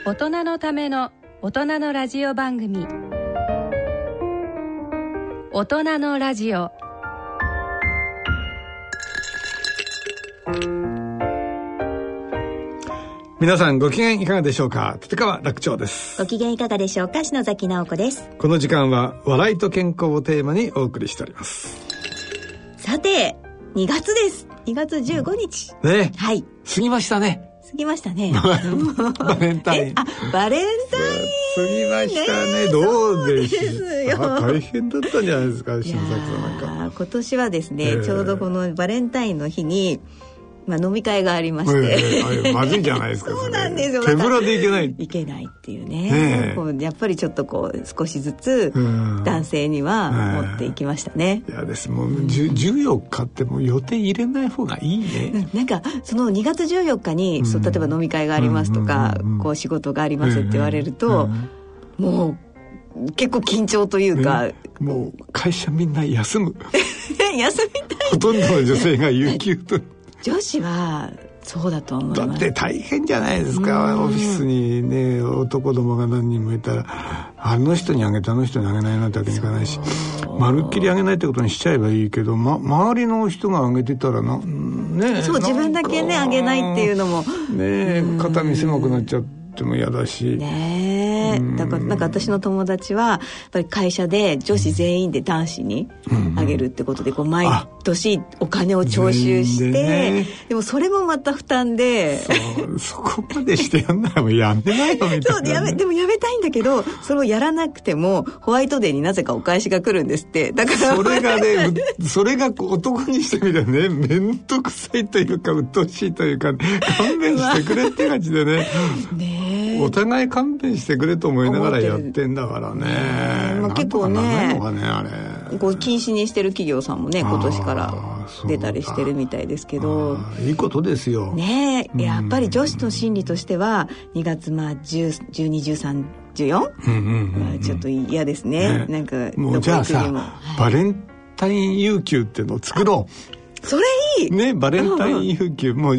大人のための大人のラジオ番組、大人のラジオ。 皆さんご機嫌いかがでしょうか。立川楽長です。 ご機嫌いかがでしょうか。篠崎直子です。 この時間は笑いと健康をテーマにお送りしております。 さて2月です。2月15日ね、 はい、 過ぎましたね。 過ぎましたねバレンタイン。 バレンタイン過ぎましたね。どうでしょう。大変だったんじゃないですか。篠崎さんなんか。 今年はですね、ちょうどこのバレンタインの日に飲み会がありまして、 まずいじゃないですか。 そうなんですよ。 手ぶらでいけない。 いけないっていうね。やっぱりちょっと少しずつ男性には持っていきましたね。 いやですもう14日ってもう予定入れない方がいいね。 なんかその2月14日に例えば飲み会がありますとか、仕事がありますって言われると、もう結構緊張というか、 もう会社みんな休む休みたい。 ほとんどの女性が有給と女子はそうだと思います。 だって大変じゃないですか。オフィスにね、男どもが何人もいたら、あの人にあげてあの人にあげないなんてわけにいかないし、まるっきりあげないってことにしちゃえばいいけど、周りの人があげてたらね、 そう自分だけねあげないっていうのもね、肩身狭くなっちゃっても嫌だしね。だからなんか私の友達はやっぱり会社で女子全員で男子にあげるってことで、毎年お金を徴収して、でもそれもまた負担で、 そこまでしてやんならもうやめないよみたいな、 でもやめたいんだけど、それをやらなくてもホワイトデーになぜかお返しが来るんですって。だからそれがねそれが男にしてみたらね、面倒くさいというか鬱陶しいというか、勘弁してくれって感じでねお互い勘弁してくれと思いながらやってんだからね。 結構ね、 あれ禁止にしてる企業さんもね、今年から出たりしてるみたいですけど、 いいことですよね。やっぱり女子の心理としては2月10、12、13、14、ちょっと嫌ですね。なんかもうじゃあさ、バレンタイン有給ってのを作ろう。 それいいね。バレンタイン有給もう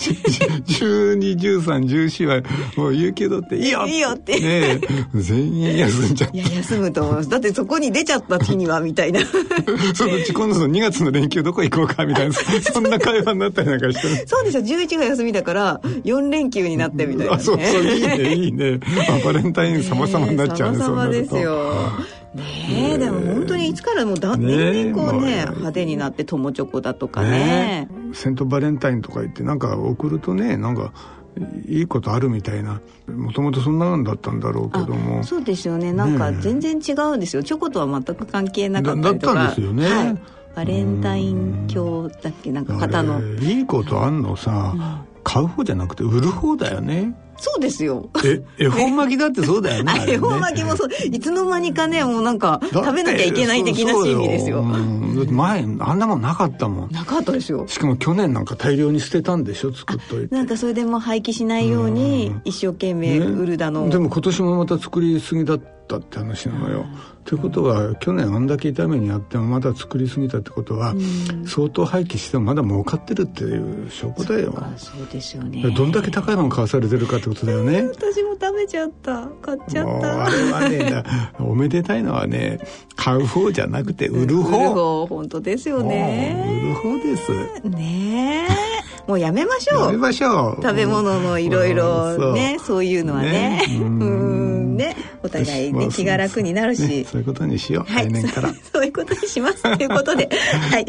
12、13、14はもう有給取っていいよってね、全員休んじゃって。 いや休むと思います。だってそこに出ちゃった日にはみたいなそのうち今度の2月の連休どこ行こうかみたいなそんな会話になったりなんかしてそうですよ。11が休みだから4連休になってみたいな、ね、 そういいねバレンタイン様々になっちゃうね。 様々ですよね。でも本当にいつからも年々派手になって、友チョコだとかね、 セントバレンタインとか言ってなんか送るとね、なんかいいことあるみたいな、もともとそんなんだったんだろうけども。そうですよね。 なんか全然違うんですよ。チョコとは全く関係なかったりとかだったんですよね、はい、 バレンタイン教だっけ、なんか方のいいことあんのさ、買う方じゃなくて売る方だよね。 そうですよ。 恵方巻きだってそうだよね。 恵方巻きもそう。いつの間にかね、もうなんか食べなきゃいけない的な心理ですよ。 前あんなもんなかったもん。 なかったですよ。 しかも去年なんか大量に捨てたんでしょ、作っといて。 なんかそれでも廃棄しないように一生懸命売るだの、 でも今年もまた作りすぎだったって話なのよ。ということは去年あんだけ痛めにやってもまだ作りすぎたってことは、相当廃棄してもまだ儲かってるっていう証拠だよ。 そうですよね。 どんだけ高いもの買わされてるかってことだよね。 私も食べちゃった、買っちゃった。 あれはねおめでたいのはね、買う方じゃなくて売る方。 本当ですよね。 売る方ですね。もうやめましょう。 やめましょう。 食べ物のいろいろね、そういうのはね、ね、お互いね気が楽になるし、 そういうことにしよう、来年からそういうことにしますということではい、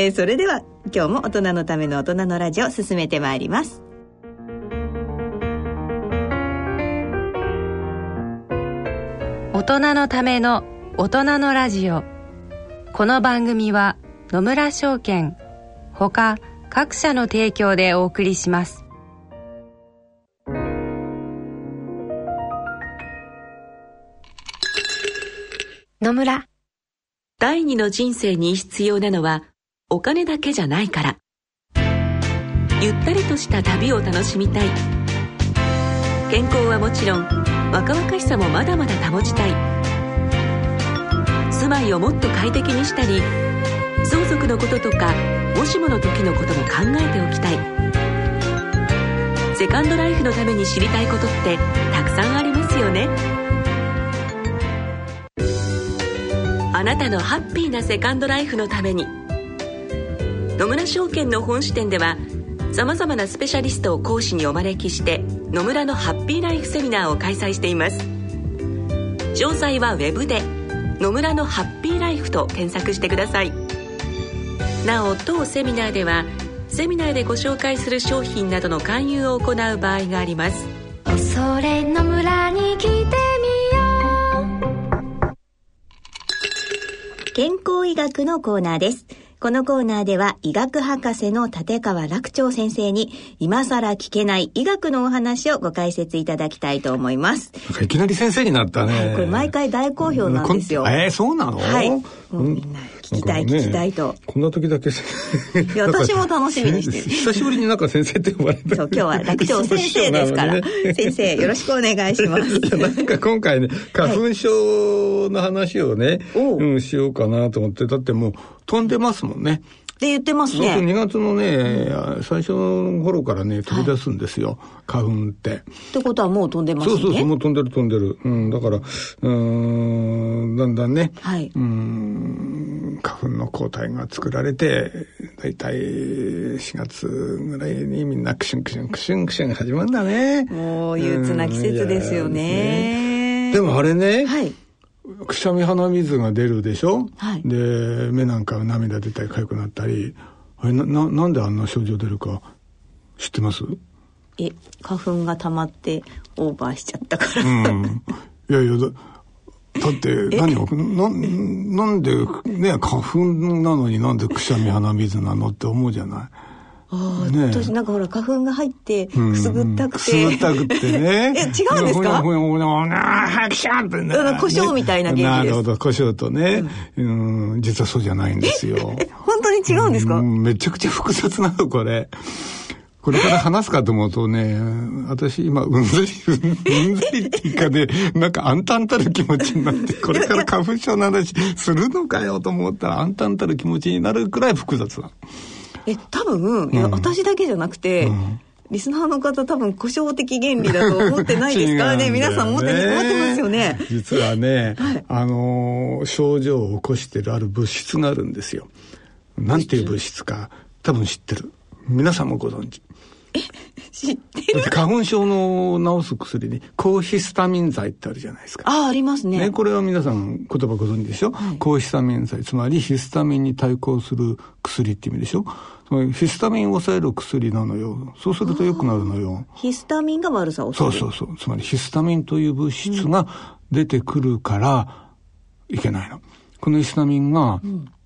それでは今日も大人のための大人のラジオ進めてまいります。 大人のための大人のラジオ。この番組は野村証券ほか各社の提供でお送りします。 野村。第二の人生に必要なのはお金だけじゃないから。ゆったりとした旅を楽しみたい。健康はもちろん若々しさもまだまだ保ちたい。住まいをもっと快適にしたり、相続のこととかもしもの時のことも考えておきたい。 セカンドライフのために知りたいことってたくさんありますよね。あなたのハッピーなセカンドライフのために、野村証券の本支店ではさまざまなスペシャリストを講師にお招きして野村のハッピーライフセミナーを開催しています。詳細はウェブで野村のハッピーライフと検索してください。なお当セミナーではセミナーでご紹介する商品などの勧誘を行う場合があります。 それ野村に来てみよう。 健康医学のコーナーです。このコーナーでは医学博士の立川楽長先生に今更聞けない医学のお話をご解説いただきたいと思います。 なんかいきなり先生になったね。 はい、これ毎回大好評なんですよ。 そうなの？ はい。みんな聞きたいと。 こんな時だけ。いや私も楽しみにしてる。 久しぶりになんか先生って呼ばれた。 そう、今日は楽長先生ですから、先生よろしくお願いします。 いやなんか今回ね花粉症の話をね、しようかなと思って。だってもう飛んでますもんね。 って言ってますね。 そうそう、2月のね、最初の頃からね飛び出すんですよ、花粉って。ってことはもう飛んでますね。 そう、もう飛んでる。だからだんだんね、花粉の抗体が作られて、だいたい4月ぐらいにみんなクシュンクシュン始まるんだね。 もう憂鬱な季節ですよね。 でもあれね、くしゃみ鼻水が出るでしょ、で目なんか涙出たり痒くなったり、あれなんであんな症状出るか知ってます？ 花粉が溜まってオーバーしちゃったから、 いやだってなんでね花粉なのになんでくしゃみ鼻水なのって思うじゃない。 私なんかほら花粉が入ってくすぐったくてね。違うんですか？ くしゃってね。 胡椒みたいな元気です。 なるほど、胡椒とね、実はそうじゃないんですよ。 本当に違うんですか？ めちゃくちゃ複雑なのこれ。これから話すかと思うとね、私今うんざりっていうかね、なんか暗淡たる気持ちになって、これから花粉症の話するのかよと思ったら暗淡たる気持ちになるくらい複雑な。 多分、私だけじゃなくて、リスナーの方多分故障的原理だと思ってないですからね。皆さん思ってますよね。 実はね、症状を起こしているある物質があるんですよ。なんていう物質か多分知ってる。皆さんもご存知。 知ってる？ 花粉症の治す薬に抗ヒスタミン剤ってあるじゃないですか。 ありますね。 これは皆さん言葉ご存知でしょ、抗ヒスタミン剤、つまりヒスタミンに対抗する薬って意味でしょ。つまりヒスタミンを抑える薬なのよ。そうすると良くなるのよ。 ヒスタミンが悪さを抑える。 そう。つまりヒスタミンという物質が出てくるからいけないの。このヒスタミンが、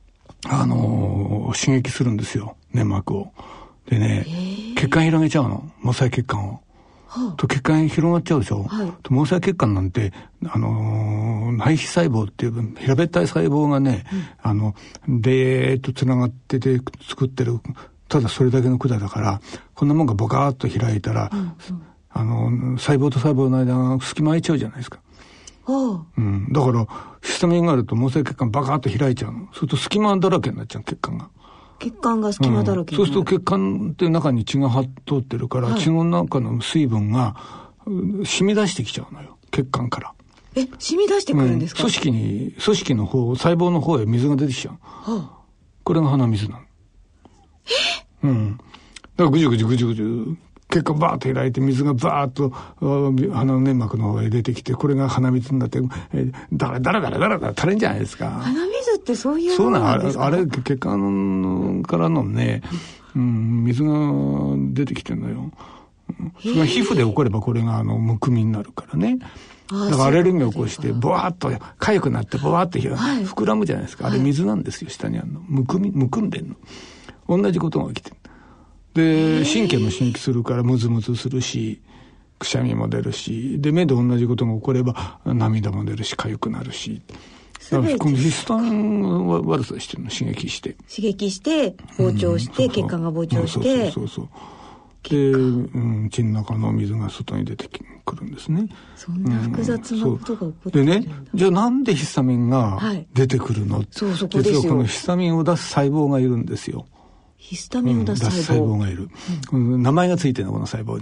刺激するんですよ、粘膜を。でね、血管広げちゃうの、毛細血管を。と血管広がっちゃうでしょ。と毛細血管なんて内皮細胞っていう平べったい細胞がね、でーっとつながってて作ってる、ただそれだけの管だから、こんなもんがボカーッと開いたら、細胞と細胞の間が隙間空いちゃうじゃないですか。だからヒスタミンがあると毛細血管バカーッと開いちゃうの。そうすると隙間だらけになっちゃう、血管が。 血管が隙間だらけになる。 そうすると血管って中に血が通ってるから、血の中の水分が染み出してきちゃうのよ、血管から。 染み出してくるんですか？ 組織の方、細胞の方へ水が出てきちゃう。これが鼻水なの。だからぐじゅぐじゅ血管バーッと開いて水がバーッと鼻の粘膜の方へ出てきて、これが鼻水になってだら垂れんじゃないですか。 鼻水ってそういうものなんですか？ あれ血管からのね、水が出てきてんのよ。それが皮膚で起こればこれがむくみになるからね。だからアレルギーを起こしてボワーッと痒くなってボワーッと膨らむじゃないですか。あれ水なんですよ、下にあるの。むくんでんの。同じことが起きてる。で神経も刺激するからムズムズするし、くしゃみも出るし、で目で同じことが起これば涙も出るし、痒くなるし。だからこのヒスタミンは悪さしてるの、刺激して膨張して、血管が膨張して、 そうで、血の中の水が外に出てくるんですね。 そんな複雑なことが起こってるんだ。でね、じゃあなんでヒスタミンが出てくるの？ そこですよ。 実はこのヒスタミンを出す細胞がいるんですよ。 ヒスタミンを出す細胞がいる。名前がついてるの、この細胞に。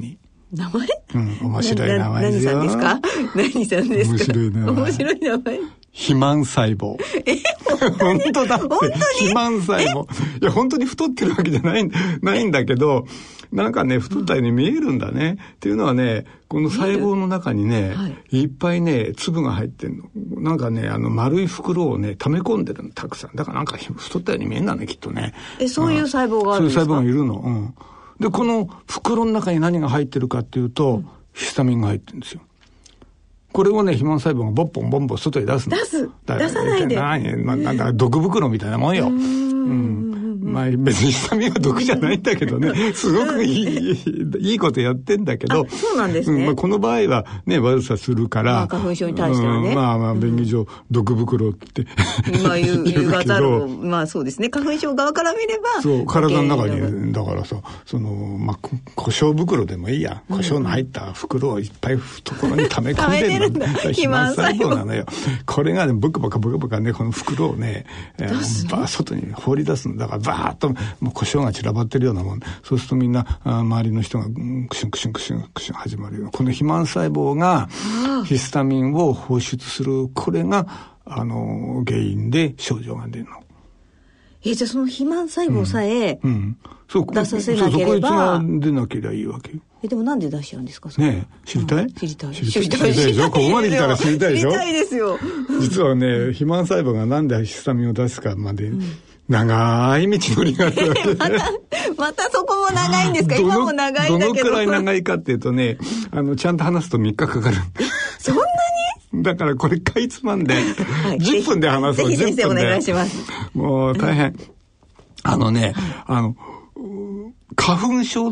名前？ 面白い名前ですよ。 何さんですか？何さんですか？ 面白い名前。 面白い名前。 肥満細胞。本当だって。 本当に？ 肥満細胞。いや、本当に太ってるわけじゃないんだけど、なんかね、太ったように見えるんだね。っていうのはね、この細胞の中にね、いっぱいね、粒が入ってんの。なんかね、丸い袋をね、溜め込んでるの、たくさん。だからなんか太ったように見えるんだね、きっとね。 そういう細胞があるんですか？ そういう細胞がいるの。で、この袋の中に何が入ってるかっていうと、ヒスタミンが入ってるんですよ。これをね、肥満細胞がボンボンボンボン外に出すの。 出さないで。 なんか毒袋みたいなもんよ。まあ別にヒスタミンは毒じゃないんだけどね、すごくいいことやってんだけど。 そうなんですね。 この場合はね、悪さするから。 花粉症に対してはね。 便宜上、毒袋って。 言わざるを、そうですね。花粉症側から見れば。 そう、体の中に、だからさ、胡椒袋でもいいや。胡椒の入った袋をいっぱい懐に溜め込んでるんだ。肥満細胞なのよ。これがね、ブカブカね、この袋をね、外に放り出すんだから、バーッと、もう胡椒が散らばってるようなもん。そうするとみんな、周りの人が、クシュンクシュンクシュンクシュン始まるよ。この肥満細胞が、ヒスタミンを放出する、これが、原因で症状が出るの。 じゃあその肥満細胞さえ、出させなければ。こいつが出なければいいわけよ。 でもなんで出しちゃうんですか？ ねえ、知りたい？ 知りたいでしょ？ここまで来たら知りたいでしょ？ 知りたいですよ。 実はね、肥満細胞がなんでヒスタミンを出すかまで、長い道のりがあるわけで。 またそこも長いんですか？今も長いんだけど。 どのくらい長いかっていうとね、ちゃんと話すと3日かかる。 そんなに？ だからこれかいつまんで、10分で話そう。 ぜひ先生お願いします。 もう大変。花粉症って、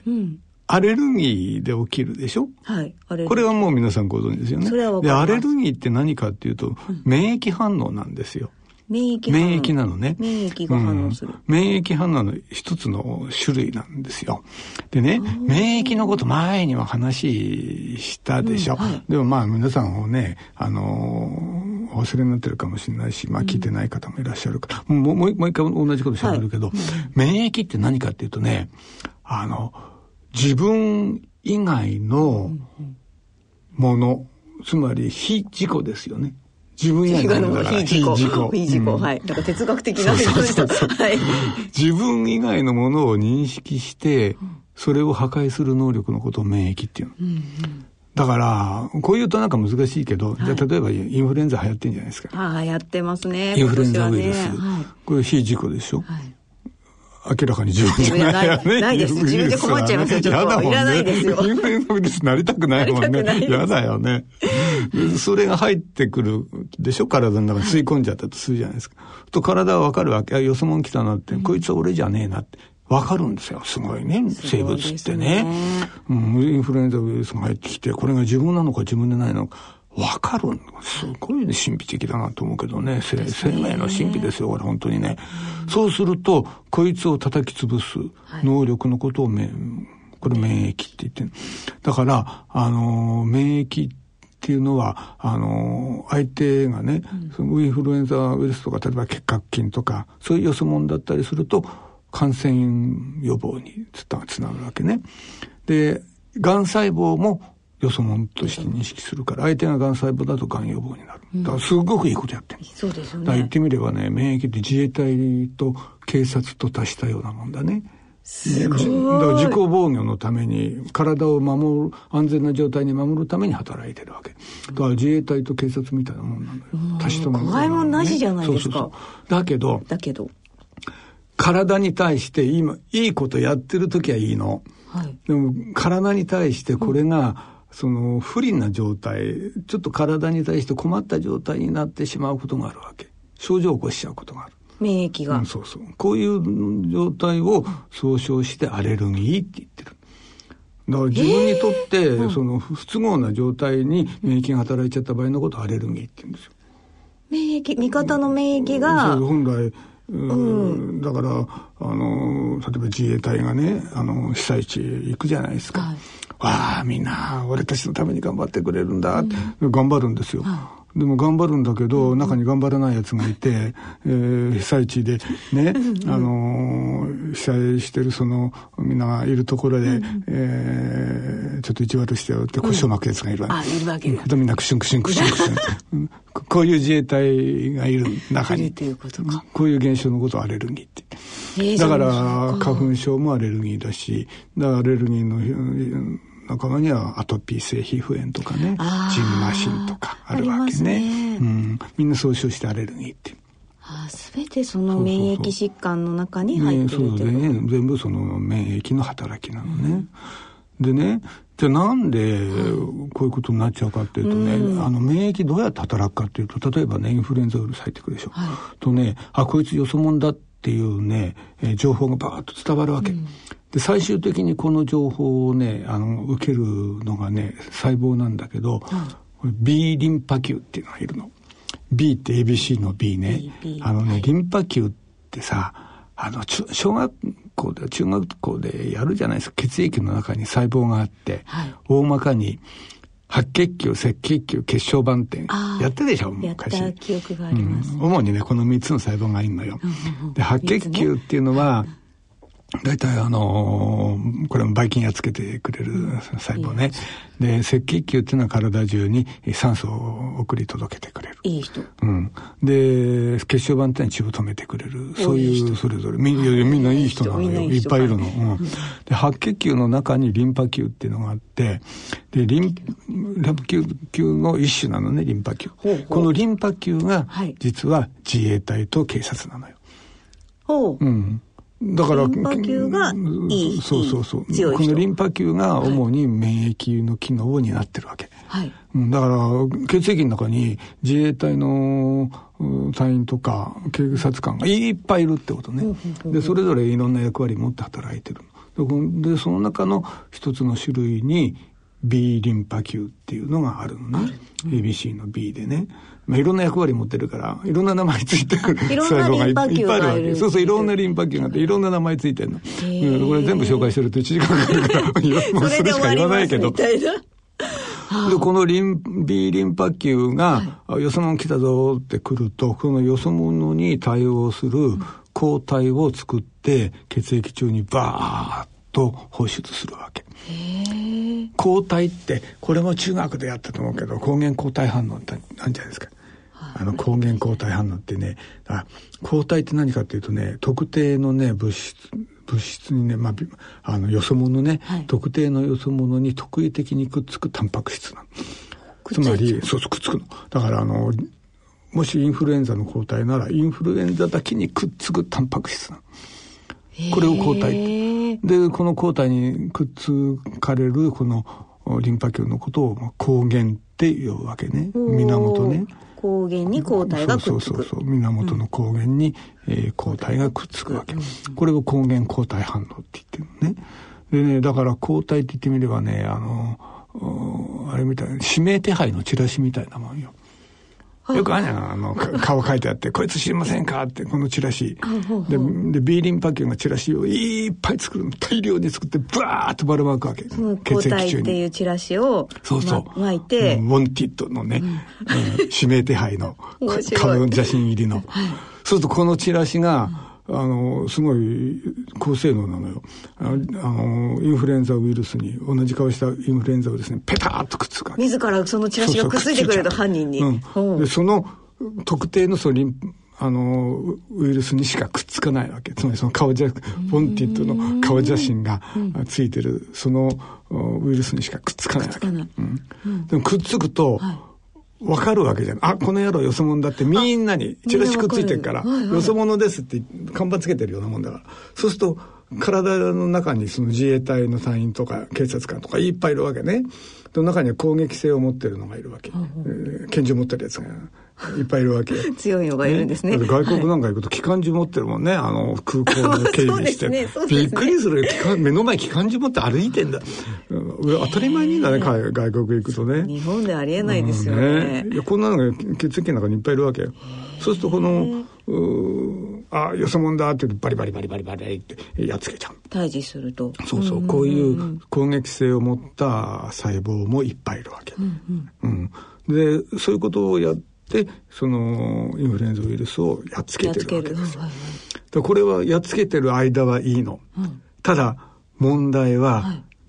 アレルギーで起きるでしょ？はい。これはもう皆さんご存知ですよね。 それはわかります。 で、アレルギーって何かっていうと、免疫反応なんですよ。免疫なのね。 免疫が反応する。 免疫反応の一つの種類なんですよ。でね、免疫のこと前には話したでしょ。でも皆さんをね、お忘れになってるかもしれないし、聞いてない方もいらっしゃるから、もう一回同じこと喋るけど、免疫って何かっていうとね、自分以外のもの、つまり非自己ですよね。自分以外の非自己。はい。だから哲学的な。 自分以外のものを認識して、それを破壊する能力のことを免疫っていうの。だから、こういうとなんか難しいけど、じゃあ例えばインフルエンザ流行ってんじゃないですか。 流行ってますね。 インフルエンザウイルス。これ非自己でしょ。明らかに自分じゃないよね。 ないです。自分で困っちゃいますよ。ちょっといらないですよ。 インフルエンザウイルスなりたくないもんね。やだよね。それが入ってくるでしょ、体の中に吸い込んじゃったとするじゃないですか。と体はわかるわけ。よそもん来たなって、こいつは俺じゃねえなって。わかるんですよ。すごいね。生物ってね。インフルエンザウイルスが入ってきて、これが自分なのか自分でないのか。わかる。すごい神秘的だなと思うけどね。生命の神秘ですよ、これ本当にね。そうすると、こいつを叩き潰す能力のことをこれ免疫って言ってる。だから、免疫っていうのは、相手がね、そのインフルエンザウイルスとか、例えば結核菌とか、そういうよそ者だったりすると、感染予防につながるわけね。で、癌細胞も、よそ者として認識するから、相手が癌細胞だと癌予防になる。だからすごくいいことやってる。 そうですよね。 だから言ってみればね、免疫って自衛隊と警察と足したようなもんだね。 すごい。 だから自己防御のために、体を守る、安全な状態に守るために働いてるわけ。だから自衛隊と警察みたいなもんなのよ。足したもん、ね。 怖いもんなしじゃないですか。 そうだけど、体に対して今、いいことやってるときはいいの。でも、体に対してこれが、不利な状態、ちょっと体に対して困った状態になってしまうことがあるわけ。症状を起こしちゃうことがある。 免疫が。 そう。こういう状態を総称してアレルギーって言ってる。だから自分にとって、不都合な状態に免疫が働いちゃった場合のことをアレルギーって言うんですよ。 味方の免疫が。 本来、だから、例えば自衛隊がね、被災地行くじゃないですか。わあ、みんな、俺たちのために頑張ってくれるんだって、頑張るんですよ。でも頑張るんだけど、中に頑張らないやつがいて、被災地でね、被災してるみんながいるところで、 ちょっと意地悪してよって腰を巻くやつがいるわけ、 いるわけだ。 みんなクシュンクシュンクシュンクシュンこういう自衛隊がいる中にということか。 こういう現象のことをアレルギーって、だから花粉症もアレルギーだし、だからアレルギーの仲間にはアトピー性皮膚炎とかね、ジンマシンとかあるわけね。みんな総称してアレルギーって全てその免疫疾患の中に入ってるっていう、 全部その免疫の働きなのね。でね、じゃあなんでこういうことになっちゃうかっていうとね、免疫どうやって働くかっていうと、例えばねインフルエンザウイルス入ってくるでしょ、とね、こいつよそ者だっていうね、情報がバーッと伝わるわけ、で最終的にこの情報をね受けるのがね細胞なんだけど、これ B リンパ球っていうのがいるの。B って ABC の B ね。リンパ球ってさ、小学校で中学校でやるじゃないですか。血液の中に細胞があって、大まかに白血球、赤血球、血小板ってやってるでしょ、昔。 やった記憶があります。 主にねこの3つの細胞がいるのよ。で白血球っていうのは、だいたいこれもばい菌やっつけてくれる細胞ね。で赤血球っていうのは体中に酸素を送り届けてくれる。 いい人。 で血小板ってのは血を止めてくれる。そういうそれぞれみんないい人なのよ。いっぱいいるの。で白血球の中にリンパ球っていうのがあって、でリンパ球の一種なのね、リンパ球。このリンパ球が実は自衛隊と警察なのよ。だからリンパ球がいい、 そうこのリンパ球が主に免疫の機能を担ってるわけ、だから血液の中に自衛隊の隊員とか警察官がいっぱいいるってことね。でそれぞれいろんな役割を持って働いてる。でその中の一つの種類に B リンパ球っていうのがあるのね。ABC の B でね、いろんな役割持ってるからいろんな名前ついてる細胞がいっぱいあるわけ。そういろんなリンパ球があっていろんな名前ついてるの。これ全部紹介してると1時間かかるからもうそれしか言わないけど。でこのB リンパ球が、よそ者来たぞって来ると、このよそ者に対応する抗体を作って血液中にバーッと放出するわけ。抗体ってこれも中学でやったと思うけど、抗原抗体反応ってなんじゃないですか。抗原抗体反応ってね、抗体って何かっていうとね、特定のね物質にね、よそ者ね、特定のよそ者に特異的にくっつくタンパク質なの。つまりくっつくの。だからもしインフルエンザの抗体ならインフルエンザだけにくっつくタンパク質なの。これを抗体で、この抗体にくっつかれるこのリンパ球のことを抗原っていうわけね。源ね。 抗原に抗体がくっつく。 源の抗原に、抗体がくっつくわけ。これを抗原抗体反応って言ってるのね。でね、だから抗体って言ってみればね、あれみたいな指名手配のチラシみたいなもんよ。よくあるじゃん、顔書いてあってこいつ知りませんかってこのチラシで B リンパ球がチラシをいっぱい作るの、大量に作ってバーッとばらまくわけ。 抗体っていうチラシを巻いて、 ウォンティッドのね、指名手配の顔写真入りの、そうするとこのチラシがすごい高性能なのよ。インフルエンザウイルスに、同じ顔したインフルエンザウイルスにペタッとくっつくわけ。 自らそのチラシがくっついてくれる犯人に。 でその特定のウイルスにしかくっつかないわけ。つまりそのボンティッドの顔写真がついてるそのウイルスにしかくっつかないわけ。でもくっつくと、わかるわけじゃん。この野郎よそ者だってみんなにチラシくっついてるから、よそ者ですって看板つけてるようなもんだから。そうすると体の中にその自衛隊の隊員とか警察官とかいっぱいいるわけね。その中には攻撃性を持ってるのがいるわけ。拳銃持ってるやつがいっぱいいるわけ。 強いのがいるんですね。 外国なんか行くと機関銃持ってるもんね。空港の警備して。びっくりする。目の前機関銃持って歩いてんだ。当たり前にだね、外国行くとね。 日本でありえないですよね。 いや、こんなのが血液の中にいっぱいいるわけよ。そうするとこのよそ者だってバリバリってやっつけちゃう。 退治すると。 そうこういう攻撃性を持った細胞もいっぱいいるわけ。でそういうことをやってそのインフルエンザウイルスをやっつけてるわけですよ。これはやっつけてる間はいいの。ただ問題は、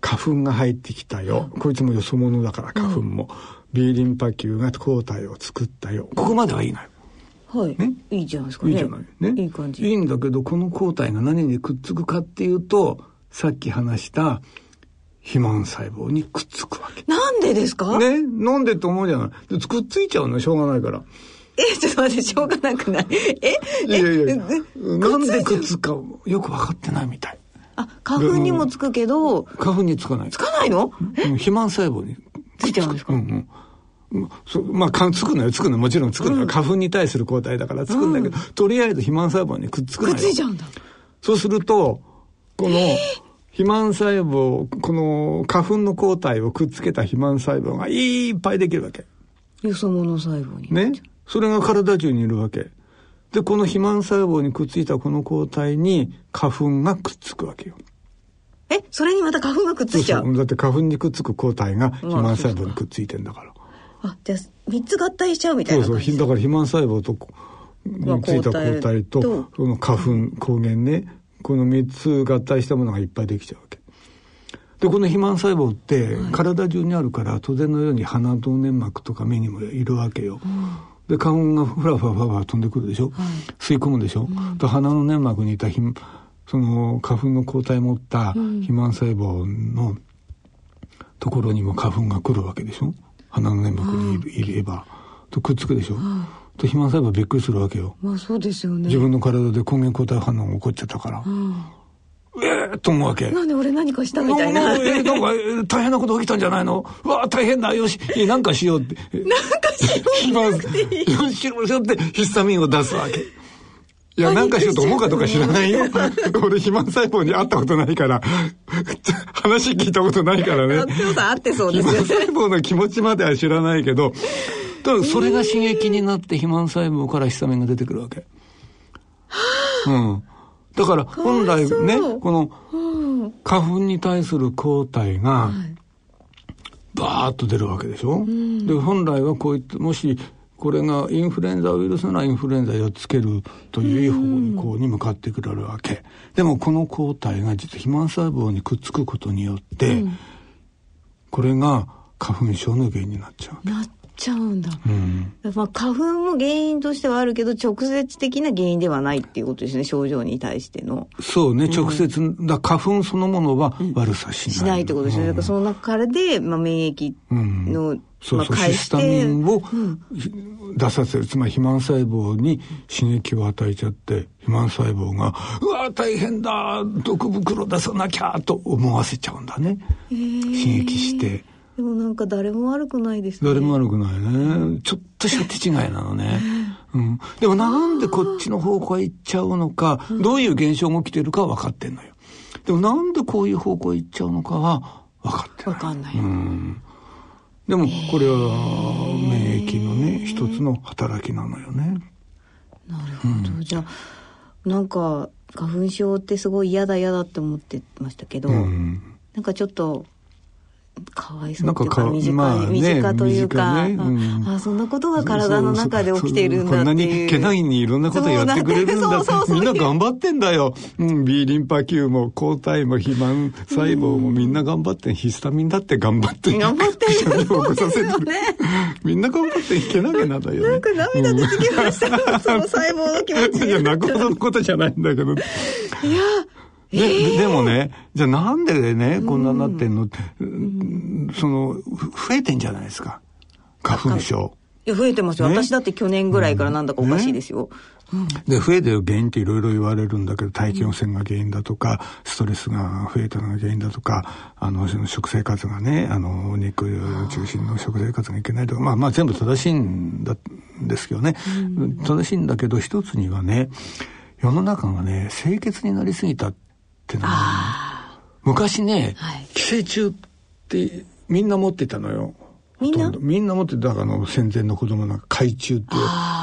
花粉が入ってきたよ、こいつもよそ者だから花粉も、B リンパ球が抗体を作ったよ、ここまではいいのよ。 はい、ね、いいじゃないですかね。 いいじゃないね。 いい感じ。 いいんだけど、この抗体が何にくっつくかっていうと、さっき話した肥満細胞にくっつくわけ。 なんでですかね、なんでと思うじゃない。くっついちゃうの、しょうがないから。 ちょっと待って、しょうがなくない？ いやなんでくっつくかよく分かってないみたい。 花粉にもつくけど、 花粉につかない。 つかないの？ 肥満細胞についちゃうんですか？ まあ、つくのよ、もちろんつくのよ、花粉に対する抗体だからつくんだけど、とりあえず肥満細胞にくっつくのよ。 くっついちゃうんだ。 そうすると、この肥満細胞、この花粉の抗体をくっつけた肥満細胞がいっぱいできるわけ。 よそ者細胞に。 ね。それが体中にいるわけ。で、この肥満細胞にくっついたこの抗体に花粉がくっつくわけよ。 それにまた花粉がくっついちゃう？ そうだって花粉にくっつく抗体が肥満細胞にくっついてんだから。 じゃあ3つ合体しちゃうみたいな感じ。 そうだから肥満細胞とについた抗体とその花粉抗原ね、この3つ合体したものがいっぱいできちゃうわけで、この肥満細胞って体中にあるから当然のように鼻と粘膜とか目にもいるわけよ、で花粉がふらふら飛んでくるでしょ、吸い込むでしょ、と鼻の粘膜にいたその花粉の抗体を持った肥満細胞のところにも花粉が来るわけでしょ、鼻の粘膜にいればとくっつくでしょ、と肥満細胞はびっくりするわけよ。 まあそうですよね。 自分の体で抗原抗体反応が起こっちゃったから、と思うわけ。 なんで俺何かしたみたいな。 なんか大変なこと起きたんじゃないの？うわ大変だ、よしなんかしようってなんかしようってよしってヒスタミンを出すわけ。いや、なんかしようと思うかどうか知らないよ。俺、肥満細胞に会ったことないから、話聞いたことないからね。 あってそうですよね。 肥満細胞の気持ちまでは知らないけど、ただそれが刺激になって肥満細胞からヒスタミンが出てくるわけ。だから本来ね、この花粉に対する抗体がバーッと出るわけでしょ。で、本来はこういったもしこれがインフルエンザウイルスならインフルエンザをつけるという方向に向かってくるわけ。でもこの抗体が実は肥満細胞にくっつくことによって、これが花粉症の原因になっちゃう。 なっちゃうんだ。まあ、花粉も原因としてはあるけど直接的な原因ではないっていうことですね、症状に対しての。 そうね、直接だ花粉そのものは悪さしない、 しないってことですね。だからその中からで、まあ、免疫の、 ヒスタミンを出させる、つまり肥満細胞に刺激を与えちゃって肥満細胞がうわ大変だ毒袋出さなきゃと思わせちゃうんだね、刺激して。 でもなんか誰も悪くないですね。 誰も悪くないね。ちょっとした手違いなのね、でもなんでこっちの方向へ行っちゃうのか、どういう現象が起きてるかは分かってんのよ。でもなんでこういう方向へ行っちゃうのかは分かってない。 分かんない。 でもこれは免疫のね一つの働きなのよね。 なるほど、じゃあなんか花粉症ってすごい嫌だって思ってましたけど、なんかちょっとかわいそうっていうか身近というか、そんなことが体の中で起きているんだっていう。こんなにけなぎにいろんなことやってくれるんだ。みんな頑張ってんだよ。B リンパ球も抗体も肥満細胞もみんな頑張って、ヒスタミンだって頑張って頑張ってる起こさせてる。みんな頑張ってけなげなんだよね。 なんか涙出てきました。その細胞の気持ち。 いや泣くほどのことじゃないんだけど。いや。でもね、じゃあなんでねこんなになってんのって、その増えてんじゃないですか花粉症。 いや増えてますよ、私だって去年ぐらいからなんだかおかしいですよ、 で増えてる原因っていろいろ言われるんだけど、大気汚染が原因だとか、ストレスが増えたのが原因だとか、食生活がねお肉中心の食生活がいけないとか、まあ全部正しいんですけどね、正しいんだけど一つにはね、世の中がね清潔になりすぎたってのは、昔ね、寄生虫ってみんな持ってたのよ。みんな持ってた。戦前の子供なんか海虫っていう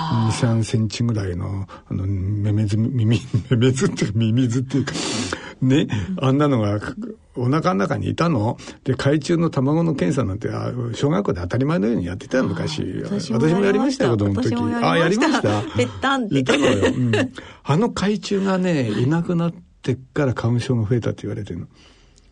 2、3センチぐらいのミミズっていうかミミズっていうかね、あんなのがお腹の中にいたので、海虫の卵の検査なんて小学校で当たり前のようにやってたよ昔。私もやりましたよ子供の時。やりました。 ぺったんっていたのよ、海虫がねいなくなってから花粉症が増えたって言われてるの。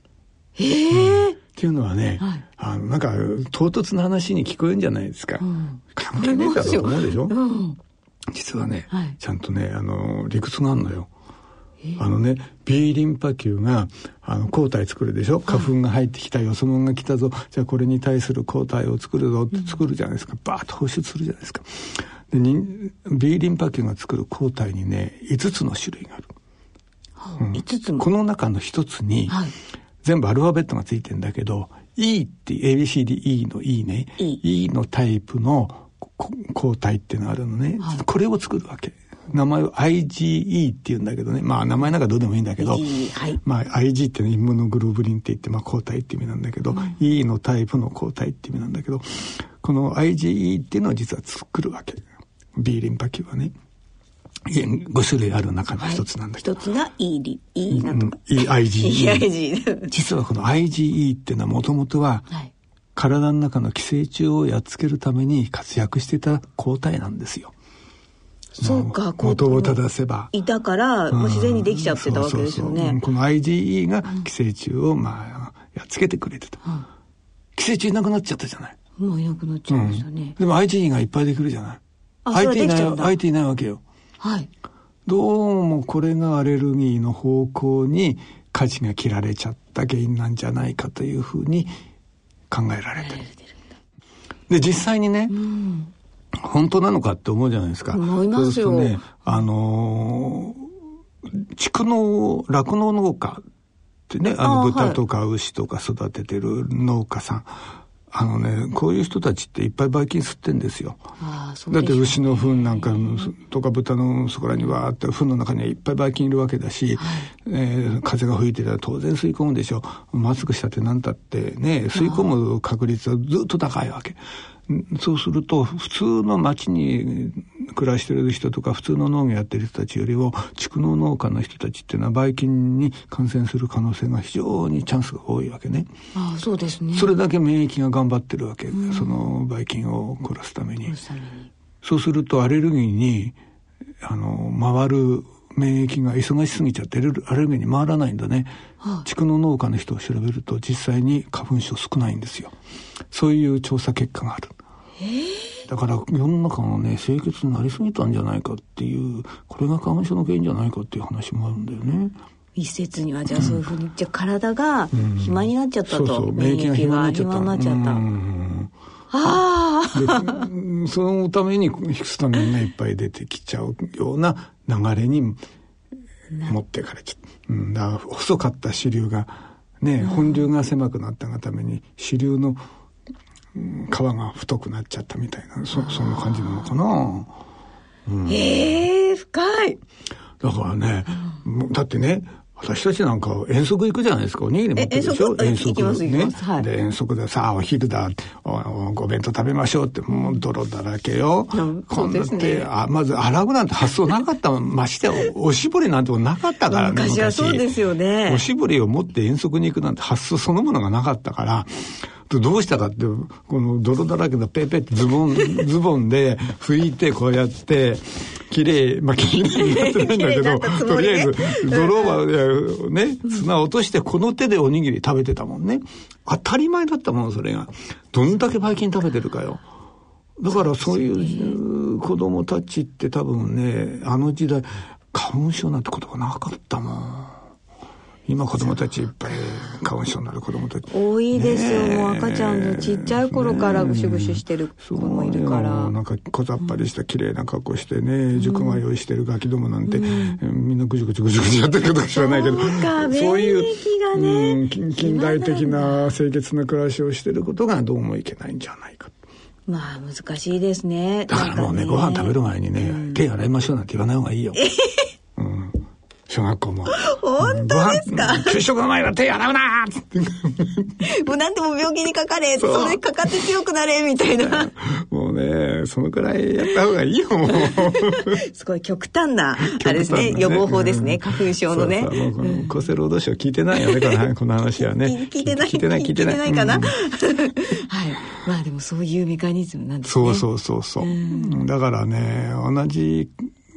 っていうのはね、なんか唐突な話に聞こえるんじゃないですか。関係ねえだろうと思うでしょ。実はね、ちゃんとね理屈があるのよ。B リンパ球が抗体作るでしょ。花粉が入ってきたよそ者が来たぞ、じゃあこれに対する抗体を作るぞって作るじゃないですか。バーッと放出するじゃないですか。でB リンパ球が作る抗体にね5つの種類がある。5つも。この中の1つに、全部アルファベットがついてんだけど E って ABCDE の E ね、E のタイプの抗体っていうのがあるのね、これを作るわけ。名前を IgE って言うんだけどね、まあ名前なんかどうでもいいんだけど、まあ IG ってイムノグロブリンって言って、まあ抗体って意味なんだけど、E のタイプの抗体って意味なんだけど、この IgE っていうのを実は作るわけ。B リンパ球はね。5種類ある中の一つなんだけど。 一つが E なんとか。 IgE。実はこの IgE っていうのはもともとは、体の中の寄生虫をやっつけるために活躍してた抗体なんですよ。 そうか、 元を正せばいたからもう自然にできちゃってたわけですよね。 この IgE が寄生虫をやっつけてくれてた。寄生虫いなくなっちゃったじゃない。 もういなくなっちゃいましたね。 でも IgE がいっぱいできるじゃない。相手いないわけよ。どうもこれがアレルギーの方向に舵が切られちゃった原因なんじゃないかというふうに考えられてる。で実際にね、本当なのかって思うじゃないですか。 思いますよ。 そうするとね、酪農農家ってね、豚とか牛とか育ててる農家さん、こういう人たちっていっぱいばい菌吸ってんですよ。だって牛の糞なんかとか豚のそこらにわーって糞の中にはいっぱいばい菌いるわけだし、風が吹いてたら当然吸い込むでしょ。マスクしたってなんたってね、吸い込む確率はずっと高いわけ。そうすると普通の町に暮らしてる人とか普通の農業やってる人たちよりも畜農農家の人たちっていうのはばい菌に感染する可能性が非常にチャンスが多いわけね。 そうですね。 それだけ免疫が頑張ってるわけ、そのばい菌を殺すために。そうするとアレルギーに回る免疫が忙しすぎちゃってアレルギーに回らないんだね。畜農農家の人を調べると実際に花粉症少ないんですよ。そういう調査結果がある。だから世の中のね清潔になりすぎたんじゃないかっていう、これが花粉症の原因じゃないかっていう話もあるんだよね。 一説にはじゃあそういうふうに、じゃあ体が暇になっちゃったと、 そう免疫が暇になっちゃった。でそのためにヒスタミンがいっぱい出てきちゃうような流れに持ってかれちゃう。だから細かった支流がね、本流が狭くなったがために支流の皮が太くなっちゃったみたいな、そんな感じなのかな。 深い。 だからね、だってね、私たちなんか遠足行くじゃないですか。おにぎり持ってるでしょ。遠足ね。で遠足でさあお昼だ、お弁当食べましょうって、もう泥だらけよ。こんなってまず洗うなんて発想なかった。ましておしぼりなんてもなかったからね。 昔はそうですよね。 おしぼりを持って遠足に行くなんて発想そのものがなかったから。どうしたかって、この泥だらけのペーペーってズボンで拭いてこうやってきれいになってないんだけど、とりあえず泥はね、砂落としてこの手でおにぎり食べてたもんね。当たり前だったもん、それが。どんだけばい菌食べてるかよ。だからそういう子供たちって多分ね、あの時代花粉症なんてことがなかったもん。今子供たちいっぱい花粉症になる子供たち多いですよ。もう赤ちゃんのちっちゃい頃からぐしゅぐしゅしてる子もいるから、 なんか小ざっぱりした綺麗な格好してね、塾が用意してるガキどもなんて、みんなぐじゅぐじゅぐじゅぐじゅやってるか知らないけど、そういう近代的な清潔な暮らしをしてることがどうもいけないんじゃないか。 まあ難しいですね。 だからもうね、ご飯食べる前にね、手洗いましょうなんて言わない方がいいよ。小学校も本当ですか。 給食の前は手洗うなーっつってもう何でも病気にかかれ、それかかって強くなれみたいな。 もうね、そのくらいやった方がいいよ。もうすごい極端なあれですね、予防法ですね、花粉症のね。 厚生労働省聞いてないよね、この話はね。 聞いてないかな。はい。まあでもそういうメカニズムなんですね。 そう。だからね、同じ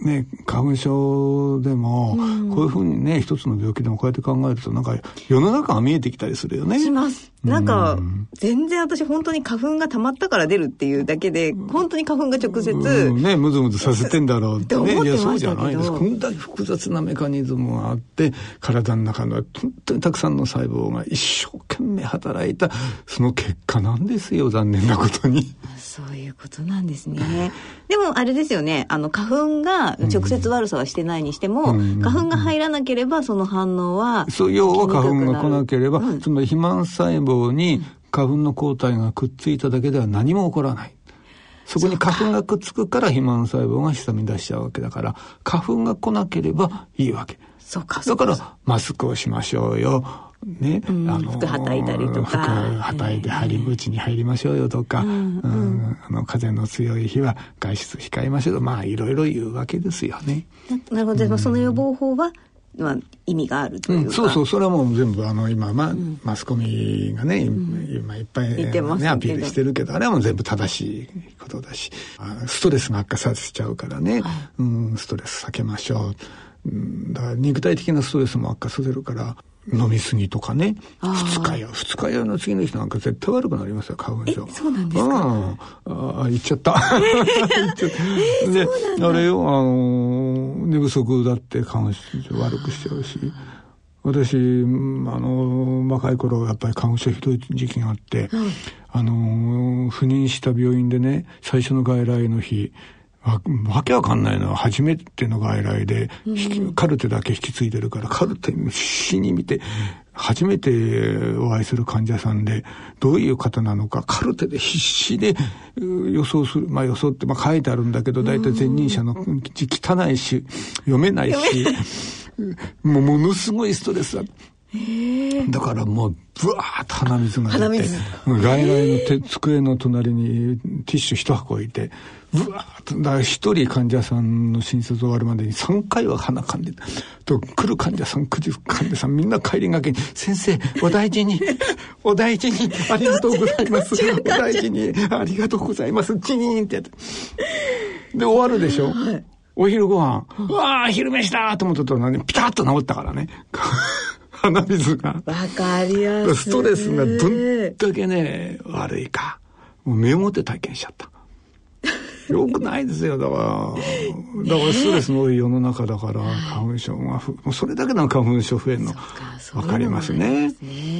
ね、花粉症でも、こういうふうにね、一つの病気でもこうやって考えると、なんか世の中が見えてきたりするよね。 します。なんか、全然私本当に花粉が溜まったから出るっていうだけで、本当に花粉が直接、 ね、ムズムズさせてんだろうってね。いや、そうじゃないです。こんなに複雑なメカニズムがあって、体の中の本当にたくさんの細胞が一生懸命働いた、その結果なんですよ、残念なことに。 そういうことなんですね。でもあれですよね、花粉が直接悪さはしてないにしても、花粉が入らなければその反応はそう、要は花粉が来なければ、つまり肥満細胞に花粉の抗体がくっついただけでは何も起こらない。そこに花粉がくっつくから肥満細胞が下見出しちゃうわけだから、花粉が来なければいいわけ。 そうか。 だからマスクをしましょうよ。ね、 服はたいたりとか、 服はたいて張り口に入りましょうよとか、風の強い日は外出控えましょうと、まあいろいろ言うわけですよね。 なるほど。その予防法は、意味があるというか、 そうそう、それはもう全部今、マスコミがね、今いっぱい、ね、アピールしてるけど、あれはもう全部正しいことだし、ストレスが悪化させちゃうからね、ストレス避けましょう。だから肉体的なストレスも悪化させるから、飲みすぎとかね、二日酔いの次の日なんか絶対悪くなりますよ、花粉症。 そうなんですか。 言っちゃった。で、あれよ、寝不足だって花粉症悪くしちゃうし、私、若い頃やっぱり花粉症ひどい時期があって、赴任した病院でね、最初の外来の日、わけわかんないのは初めての外来で、カルテだけ引き継いでるから、カルテ必死に見て、初めてお会いする患者さんで、どういう方なのか、カルテで必死で予想する。予想って書いてあるんだけど、だいたい前任者の字汚いし、読めないし、ものすごいストレスだ。だからもうブワーッと鼻水が出て、外来の机の隣にティッシュ一箱置いて、ブワーッと、だから一人患者さんの診察終わるまでに3回は鼻かんでたと、来る患者さんみんな帰りがけに、先生お大事にお大事に、ありがとうございますお大事に、ありがとうございます、チーンってやってで終わるでしょ、お昼ご飯、うわー昼飯だと思ったとピタッと治ったからね鼻水が。 わかりやすい。 ストレスがどんだけね、悪いか。もう目をもって体験しちゃった。よくないですよ。だからストレスの多い世の中だから、花粉症がそれだけの花粉症増えるの分かりますね。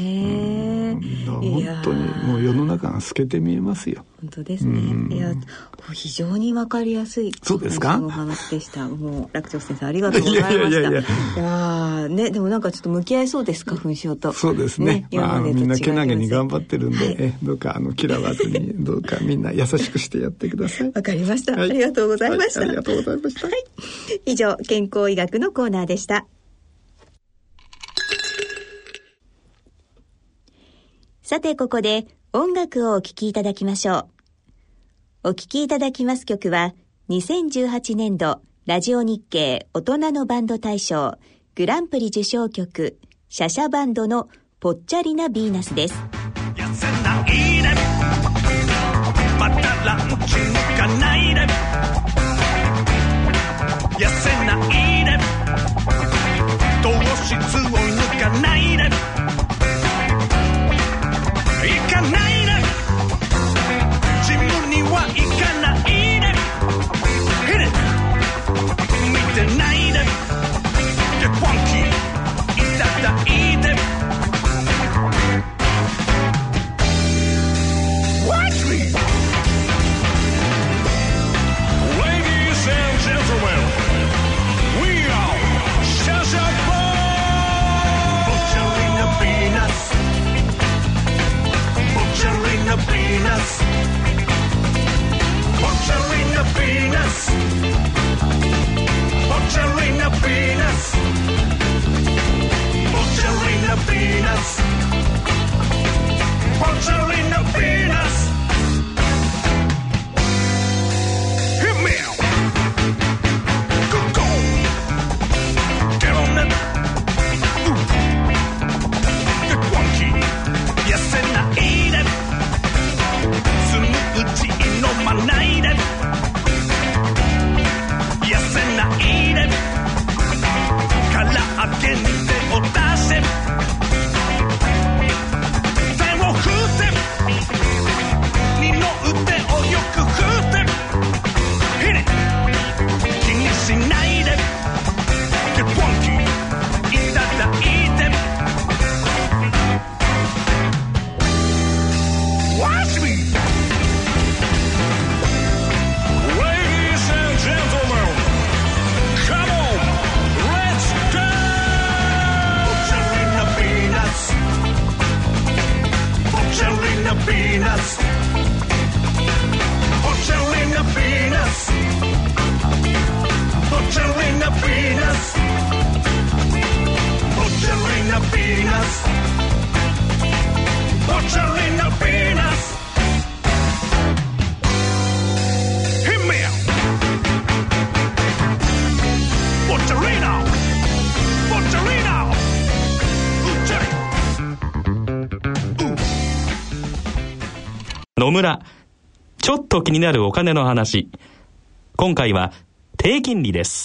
本当にもう世の中が透けて見えますよ。 本当ですね。いや、非常に分かりやすい。 そうですか。 お話でした。もう楽長先生ありがとうございました。いやね、でもなんかちょっと向き合いそうです、花粉症と。 そうですね。みんなけなげに頑張ってるんで、どうか嫌わずにどうかみんな優しくしてやってください。 わかりました。ありがとうございました。 ありがとうございました。 以上、健康医学のコーナーでした。さてここで音楽をお聴きいただきましょう。お聴きいただきます曲は2018年度ラジオ日経大人のバンド大賞グランプリ受賞曲シャシャバンドのぽっちゃりなヴィーナスです。 痩せないでまたランチ抜かないで痩せないで糖質を抜かないで行かないでジムには行かないで見てないで Get funky いただいて Watch me Ladies and gentlemen We are Shasha Band ぽっちゃりな peanuts. Butcherina peanuts. Butcherina peanuts. Butcherina peanuts. Butcherina peanuts. Hit me out. Butcherina. Butcherina. 野村、ちょっと気になるお金の話。今回は低金利です。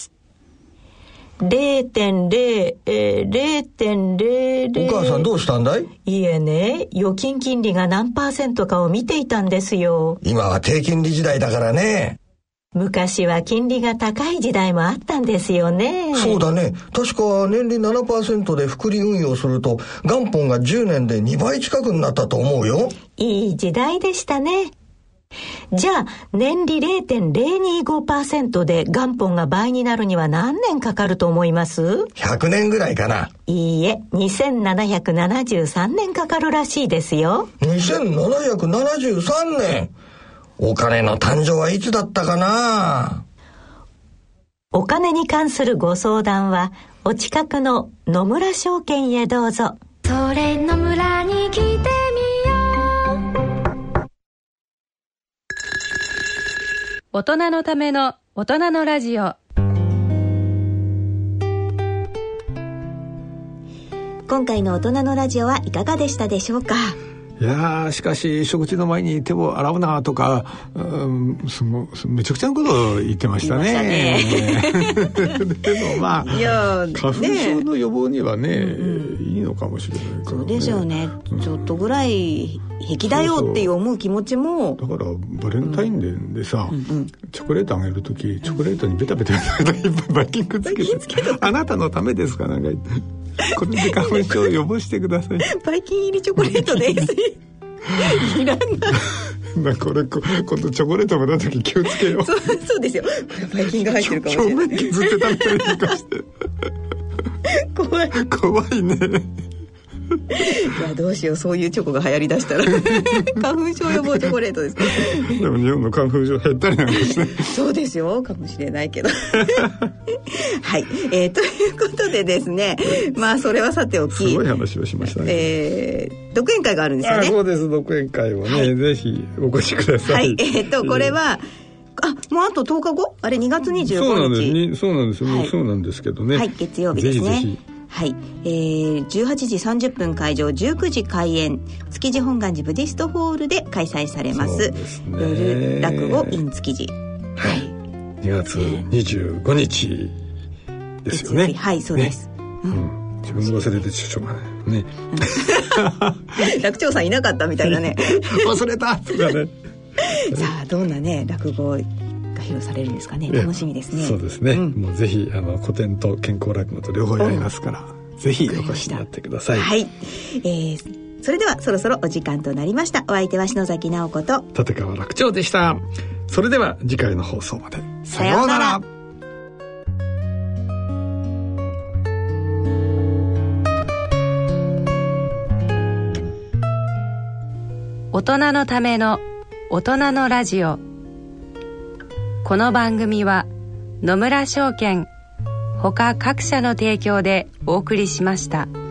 0.00。お母さんどうしたんだい？ いえね、預金金利が何%かを見ていたんですよ。 今は低金利時代だからね。 昔は金利が高い時代もあったんですよね。 そうだね。確か年利 7% で複利運用すると元本が10年で2倍近くになったと思うよ。 いい時代でしたね。じゃあ年利 0.025% で元本が倍になるには何年かかると思います？ 100年ぐらいかな。 いいえ、2773年かかるらしいですよ。 2773年。お金の誕生はいつだったかな。 お金に関するご相談はお近くの野村証券へどうぞ。 それ野村に来てみよう。 大人のための大人のラジオ。 今回の大人のラジオはいかがでしたでしょうか？ いやしかし食事の前に手を洗うなとか、めちゃくちゃなことを言ってましたね。でもまあ花粉症の予防にはね、いいのかもしれないからね。 そうでしょうね、ちょっとぐらい平気だよっていう思う気持ちも。 だからバレンタインデーでさ、チョコレートあげるときチョコレートにベタベタバイキングつけてあなたのためですかなんか言ってこれで花粉症を予防してください。 バイキン入りチョコレートですいらんなこれ今度チョコレートもらうとき気をつけよう。 そうですよ。これバイキンが入ってるかもしれない。 表面削って食べたりとかして怖いね。 いやどうしよう、そういうチョコが流行りだしたら花粉症予防チョコレートです。 でも日本の花粉症減ったりなんかしてそうですよ、かもしれないけどはい、ということでですね、まあそれはさておきすごい話をしましたね。 独演会があるんですよね。 そうです、独演会をね、ぜひお越しください。 これはもうあと10日後、あれ2月25日。 そうなんです、もうそうなんですけどね。 はい、月曜日ですね。 ぜひぜひ。 はい、18時30分会場、19時開演、築地本願寺ブディストホールで開催されます。夜落語 in 築地。 はい。2月25日ですよね。 はい、そうです。 自分も忘れてしょうがないね。 楽長さんいなかったみたいなね。 忘れたとかね。 さあどんなね落語が披露されるんですかね。楽しみですね。 そうですね、もうぜひ古典と健康落語と両方やりますから、ぜひお越しになってください。 はい、それではそろそろお時間となりました。お相手は篠崎直子と立川楽長でした。それでは次回の放送までさようなら。 大人のための大人のラジオ。この番組は野村証券ほか各社の提供でお送りしました。